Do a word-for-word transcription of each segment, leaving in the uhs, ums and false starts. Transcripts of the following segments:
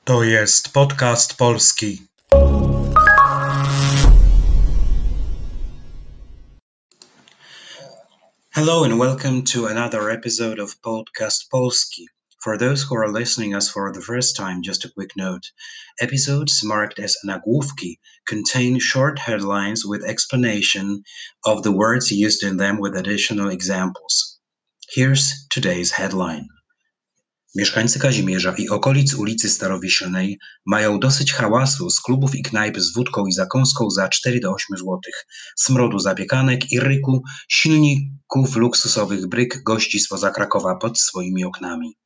To jest podcast polski. Hello and welcome to another episode of Podcast Polski. For those who are listening us for the first time, just a quick note. Episodes marked as nagłówki contain short headlines with explanation of the words used in them with additional examples. Here's today's headline. Mieszkańcy Kazimierza i okolic ulicy Starowiślnej mają dosyć hałasu z klubów i knajp z wódką i zakąską za cztery do ośmiu złotych, smrodu zapiekanek i ryku, silników luksusowych bryk gości spoza Krakowa pod swoimi oknami.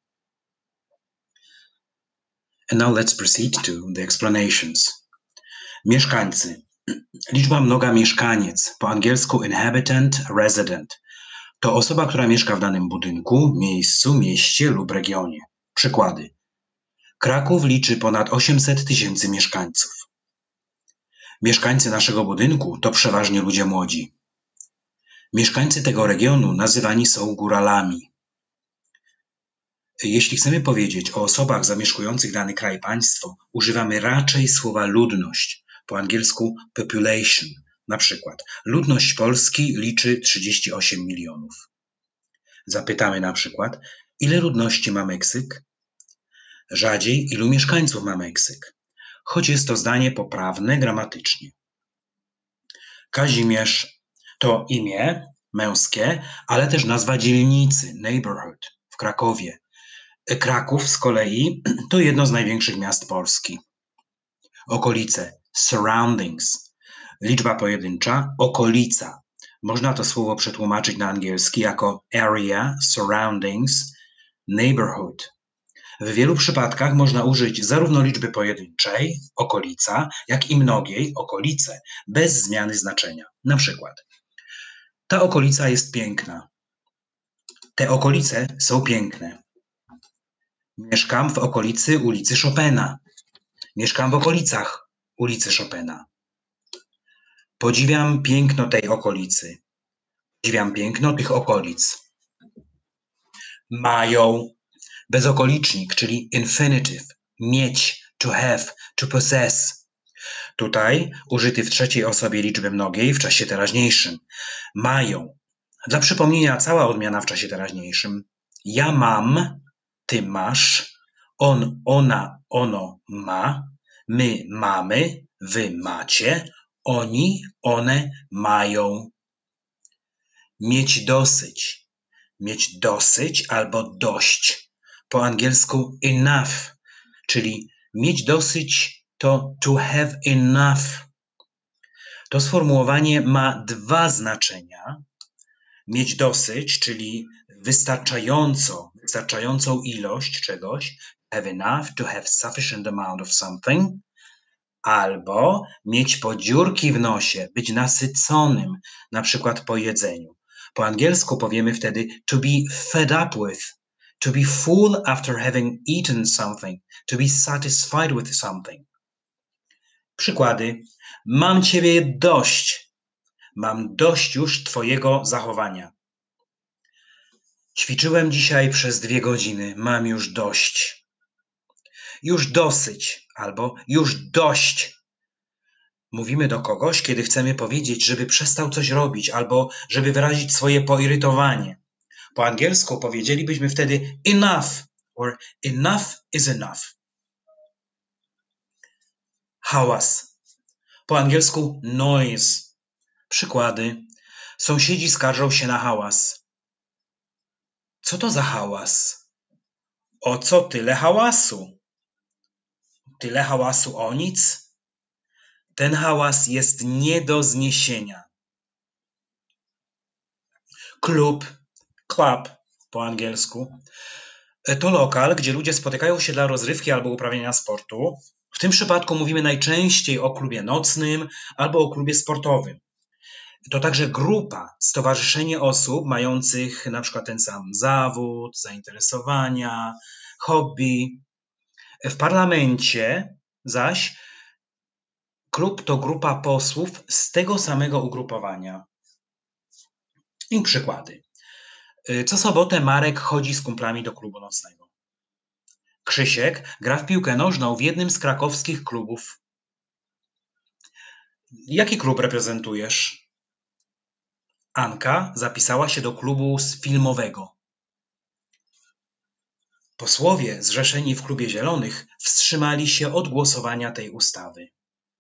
And now let's proceed to the explanations. Mieszkańcy. Liczba mnoga mieszkaniec, po angielsku inhabitant, resident. To osoba, która mieszka w danym budynku, miejscu, mieście lub regionie. Przykłady. Kraków liczy ponad osiemset tysięcy mieszkańców. Mieszkańcy naszego budynku to przeważnie ludzie młodzi. Mieszkańcy tego regionu nazywani są góralami. Jeśli chcemy powiedzieć o osobach zamieszkujących dany kraj, państwo, używamy raczej słowa ludność, po angielsku population. Na przykład, ludność Polski liczy trzydzieści osiem milionów. Zapytamy na przykład, ile ludności ma Meksyk? Rzadziej, ilu mieszkańców ma Meksyk? Choć jest to zdanie poprawne gramatycznie. Kazimierz to imię męskie, ale też nazwa dzielnicy, neighborhood w Krakowie. Kraków z kolei to jedno z największych miast Polski. Okolice, surroundings. Liczba pojedyncza, okolica. Można to słowo przetłumaczyć na angielski jako area, surroundings, neighborhood. W wielu przypadkach można użyć zarówno liczby pojedynczej, okolica, jak i mnogiej, okolice, bez zmiany znaczenia. Na przykład, ta okolica jest piękna. Te okolice są piękne. Mieszkam w okolicy ulicy Chopina. Mieszkam w okolicach ulicy Chopina. Podziwiam piękno tej okolicy. Podziwiam piękno tych okolic. Mają bezokolicznik, czyli infinitive. Mieć, to have, to possess. Tutaj użyty w trzeciej osobie liczby mnogiej w czasie teraźniejszym. Mają. Dla przypomnienia cała odmiana w czasie teraźniejszym. Ja mam, ty masz, on, ona, ono ma, my mamy, wy macie, oni, one mają. Mieć dosyć. Mieć dosyć albo dość. Po angielsku enough, czyli mieć dosyć to to have enough. To sformułowanie ma dwa znaczenia. Mieć dosyć, czyli wystarczająco, wystarczającą ilość czegoś, have enough, to have sufficient amount of something, albo mieć podziurki w nosie, być nasyconym, na przykład po jedzeniu. Po angielsku powiemy wtedy to be fed up with, to be full after having eaten something, to be satisfied with something. Przykłady. Mam ciebie dość. Mam dość już twojego zachowania. Ćwiczyłem dzisiaj przez dwie godziny. Mam już dość. Już dosyć albo już dość. Mówimy do kogoś, kiedy chcemy powiedzieć, żeby przestał coś robić albo żeby wyrazić swoje poirytowanie. Po angielsku powiedzielibyśmy wtedy enough or enough is enough. Hałas. Po angielsku noise. Przykłady. Sąsiedzi skarżą się na hałas. Co to za hałas? O co tyle hałasu? Tyle hałasu o nic? Ten hałas jest nie do zniesienia. Klub, club po angielsku, to lokal, gdzie ludzie spotykają się dla rozrywki albo uprawiania sportu. W tym przypadku mówimy najczęściej o klubie nocnym albo o klubie sportowym. To także grupa, stowarzyszenie osób mających na przykład ten sam zawód, zainteresowania, hobby. W parlamencie zaś klub to grupa posłów z tego samego ugrupowania. I przykłady. Co sobotę Marek chodzi z kumplami do klubu nocnego. Krzysiek gra w piłkę nożną w jednym z krakowskich klubów. Jaki klub reprezentujesz? Anka zapisała się do klubu filmowego. Posłowie zrzeszeni w Klubie Zielonych wstrzymali się od głosowania tej ustawy.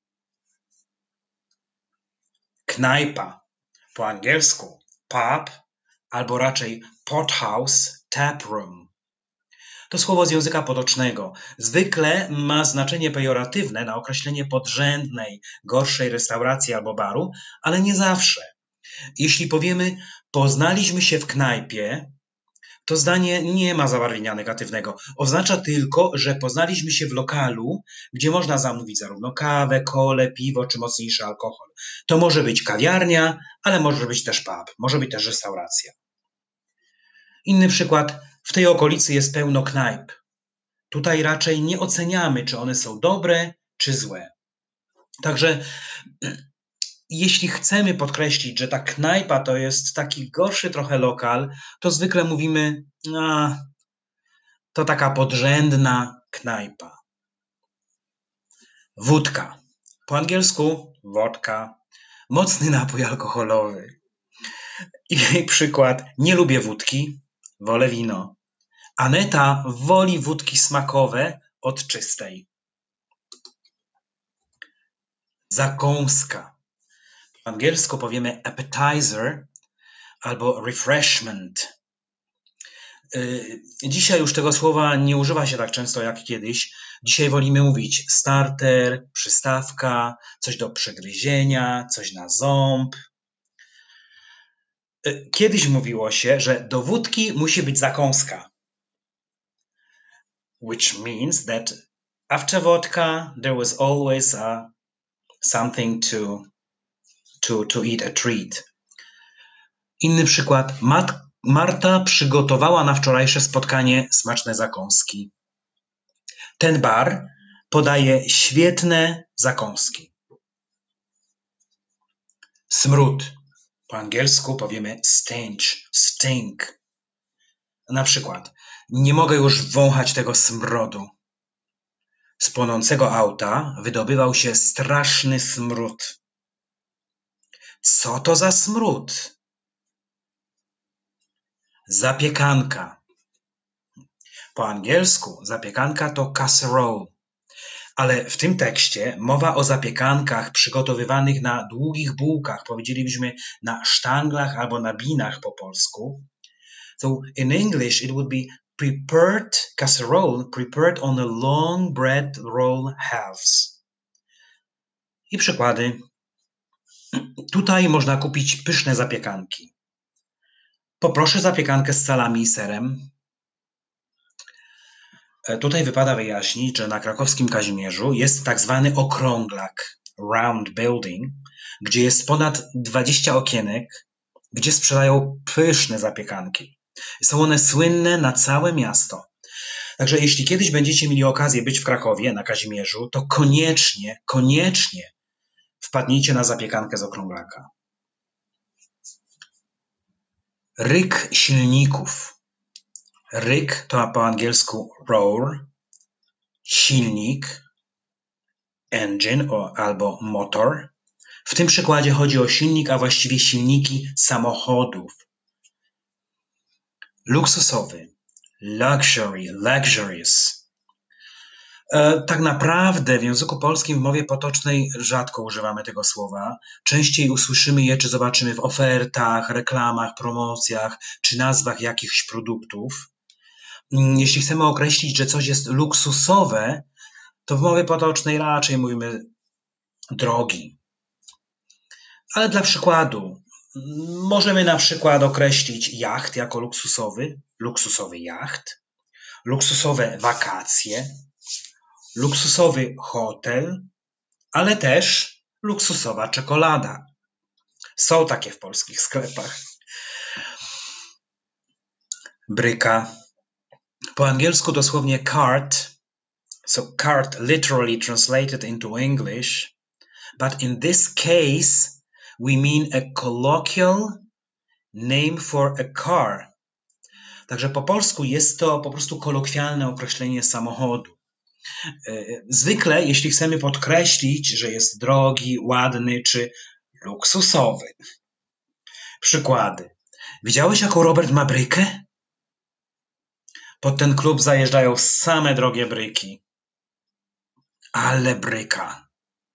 Knajpa, po angielsku pub, albo raczej pothouse, taproom. To słowo z języka potocznego. Zwykle ma znaczenie pejoratywne na określenie podrzędnej, gorszej restauracji albo baru, ale nie zawsze. Jeśli powiemy, poznaliśmy się w knajpie, to zdanie nie ma zabarwienia negatywnego. Oznacza tylko, że poznaliśmy się w lokalu, gdzie można zamówić zarówno kawę, kolę, piwo czy mocniejszy alkohol. To może być kawiarnia, ale może być też pub, może być też restauracja. Inny przykład. W tej okolicy jest pełno knajp. Tutaj raczej nie oceniamy, czy one są dobre, czy złe. Także jeśli chcemy podkreślić, że ta knajpa to jest taki gorszy trochę lokal, to zwykle mówimy, a to taka podrzędna knajpa. Wódka. Po angielsku wodka. Mocny napój alkoholowy. I przykład. Nie lubię wódki, wolę wino. Aneta woli wódki smakowe od czystej. Zakąska. Po angielsku powiemy appetizer albo refreshment. Dzisiaj już tego słowa nie używa się tak często jak kiedyś. Dzisiaj wolimy mówić starter, przystawka, coś do przegryzienia, coś na ząb. Kiedyś mówiło się, że do wódki musi być zakąska. Which means that after vodka there was always a, something to, to, to eat, a treat. Inny przykład. Mat, Marta przygotowała na wczorajsze spotkanie smaczne zakąski. Ten bar podaje świetne zakąski. Smród. Po angielsku powiemy stench, stink. Na przykład, nie mogę już wąchać tego smrodu. Z płonącego auta wydobywał się straszny smród. Co to za smród? Zapiekanka. Po angielsku zapiekanka to casserole. Ale w tym tekście mowa o zapiekankach przygotowywanych na długich bułkach, powiedzielibyśmy na sztanglach albo na binach po polsku. So in English it would be prepared casserole, prepared on a long bread roll halves. I przykłady. Tutaj można kupić pyszne zapiekanki. Poproszę zapiekankę z salami i serem. Tutaj wypada wyjaśnić, że na krakowskim Kazimierzu jest tak zwany okrąglak, round building, gdzie jest ponad dwadzieścia okienek, gdzie sprzedają pyszne zapiekanki. Są one słynne na całe miasto. Także jeśli kiedyś będziecie mieli okazję być w Krakowie, na Kazimierzu, to koniecznie, koniecznie wpadnijcie na zapiekankę z okrąglaka. Ryk silników. Ryk to po angielsku roar, silnik, engine o, albo motor. W tym przykładzie chodzi o silnik, a właściwie silniki samochodów. Luksusowy, luxury, luxurious. E, tak naprawdę w języku polskim w mowie potocznej rzadko używamy tego słowa. Częściej usłyszymy je, czy zobaczymy w ofertach, reklamach, promocjach, czy nazwach jakichś produktów. Jeśli chcemy określić, że coś jest luksusowe, to w mowie potocznej raczej mówimy drogi. Ale dla przykładu, możemy na przykład określić jacht jako luksusowy, luksusowy jacht, luksusowe wakacje, luksusowy hotel, ale też luksusowa czekolada. Są takie w polskich sklepach. Bryka. Po angielsku dosłownie cart, so cart literally translated into English, but in this case we mean a colloquial name for a car. Także po polsku jest to po prostu kolokwialne określenie samochodu. Zwykle, jeśli chcemy podkreślić, że jest drogi, ładny czy luksusowy. Przykłady. Widziałeś, jaką Robert ma brykę? Pod ten klub zajeżdżają same drogie bryki. Ale bryka.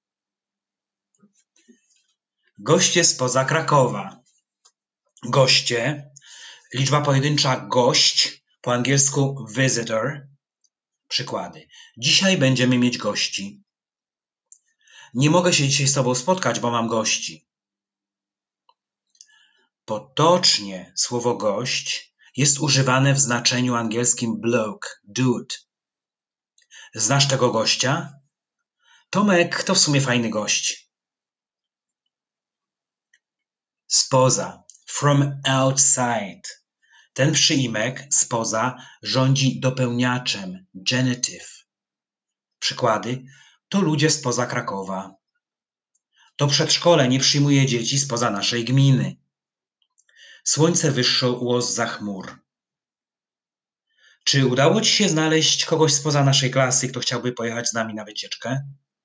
Goście spoza Krakowa. Goście, liczba pojedyncza gość, po angielsku visitor. Przykłady. Dzisiaj będziemy mieć gości. Nie mogę się dzisiaj z tobą spotkać, bo mam gości. Potocznie słowo gość jest używane w znaczeniu angielskim bloke, dude. Znasz tego gościa? Tomek to w sumie fajny gość. Spoza, from outside. Ten przyimek spoza rządzi dopełniaczem, genitive. Przykłady. To ludzie spoza Krakowa. To przedszkole nie przyjmuje dzieci spoza naszej gminy. Słońce wyszło zza chmur. Czy udało ci się znaleźć kogoś spoza naszej klasy, kto chciałby pojechać z nami na wycieczkę?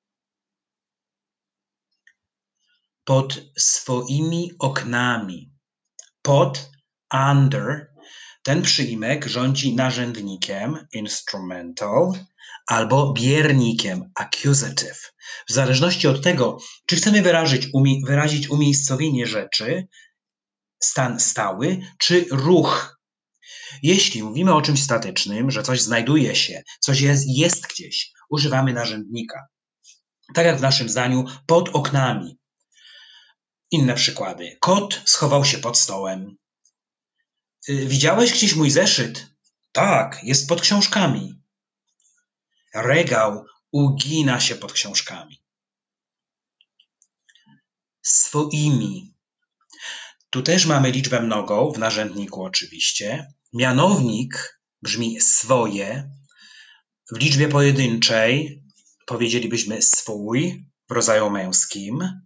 Pod swoimi oknami. Pod, under. Ten przyimek rządzi narzędnikiem, instrumental, albo biernikiem, accusative. W zależności od tego, czy chcemy wyrazić, umie, wyrazić umiejscowienie rzeczy, stan stały, czy ruch. Jeśli mówimy o czymś statycznym, że coś znajduje się, coś jest, jest gdzieś, używamy narzędnika. Tak jak w naszym zdaniu, pod oknami. Inne przykłady. Kot schował się pod stołem. Widziałeś gdzieś mój zeszyt? Tak, jest pod książkami. Regał ugina się pod książkami. Swoimi. Tu też mamy liczbę mnogą, w narzędniku oczywiście. Mianownik brzmi swoje. W liczbie pojedynczej powiedzielibyśmy swój w rodzaju męskim,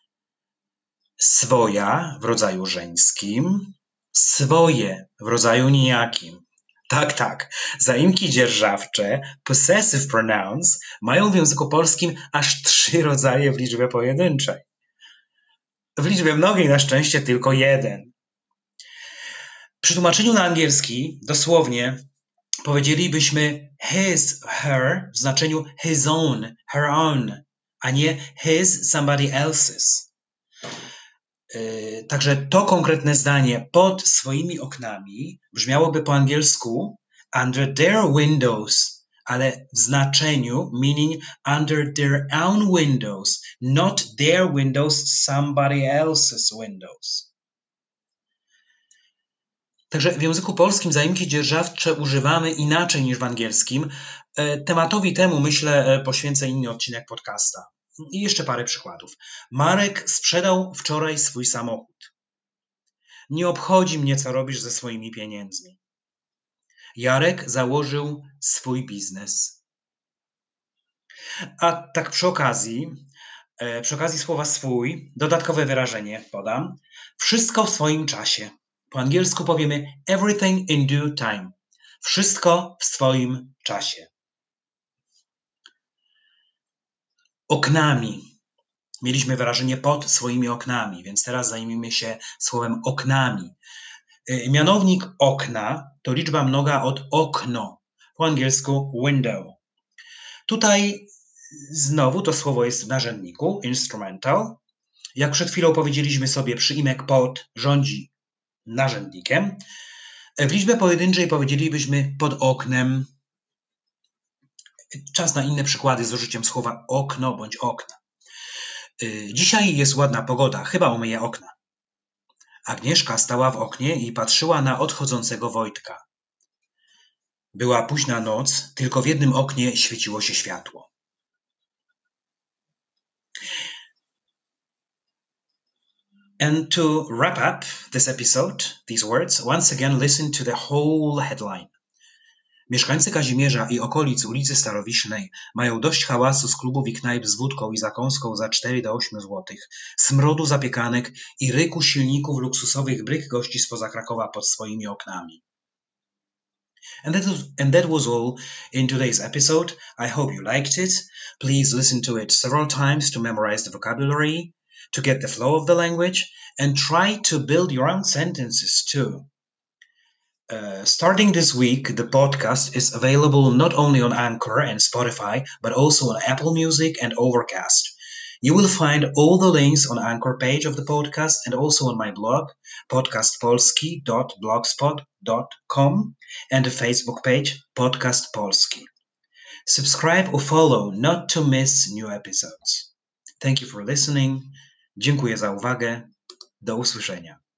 swoja w rodzaju żeńskim, swoje w rodzaju nijakim. Tak, tak. Zaimki dzierżawcze, possessive pronouns, mają w języku polskim aż trzy rodzaje w liczbie pojedynczej. W liczbie mnogiej na szczęście tylko jeden. Przy tłumaczeniu na angielski dosłownie powiedzielibyśmy his, her w znaczeniu his own, her own, a nie his, somebody else's. Yy, także to konkretne zdanie pod swoimi oknami brzmiałoby po angielsku under their windows, ale w znaczeniu meaning under their own windows, not their windows, somebody else's windows. Także w języku polskim zaimki dzierżawcze używamy inaczej niż w angielskim. Tematowi temu, myślę, poświęcę inny odcinek podcasta. I jeszcze parę przykładów. Marek sprzedał wczoraj swój samochód. Nie obchodzi mnie, co robisz ze swoimi pieniędzmi. Jarek założył swój biznes. A tak przy okazji, przy okazji słowa swój, dodatkowe wyrażenie podam. Wszystko w swoim czasie. Po angielsku powiemy everything in due time. Wszystko w swoim czasie. Oknami. Mieliśmy wyrażenie pod swoimi oknami, więc teraz zajmijmy się słowem oknami. Mianownik okna to liczba mnoga od okno. Po angielsku window. Tutaj znowu to słowo jest w narzędniku, instrumental. Jak przed chwilą powiedzieliśmy sobie, przyimek pod rządzi narzędnikiem. W liczbie pojedynczej powiedzielibyśmy pod oknem. Czas na inne przykłady z użyciem słowa okno bądź okna. Dzisiaj jest ładna pogoda, chyba umyję okna. Agnieszka stała w oknie i patrzyła na odchodzącego Wojtka. Była późna noc, tylko w jednym oknie świeciło się światło. And to wrap up this episode, these words, once again listen to the whole headline. Mieszkańcy Kazimierza i okolic ulicy Starowiśnej mają dość hałasu z klubów i knajp z wódką i zakąską za cztery do ośmiu złotych, smrodu zapiekanek i ryku silników luksusowych bryk gości spoza Krakowa pod swoimi oknami. And that was, and that was all in today's episode. I hope you liked it. Please listen to it several times to memorize the vocabulary, to get the flow of the language, and try to build your own sentences too. Uh, starting this week, the podcast is available not only on Anchor and Spotify, but also on Apple Music and Overcast. You will find all the links on Anchor page of the podcast and also on my blog, podcast polski dot blogspot dot com, and the Facebook page, Podcast Polski. Subscribe or follow not to miss new episodes. Thank you for listening. Dziękuję za uwagę. Do usłyszenia.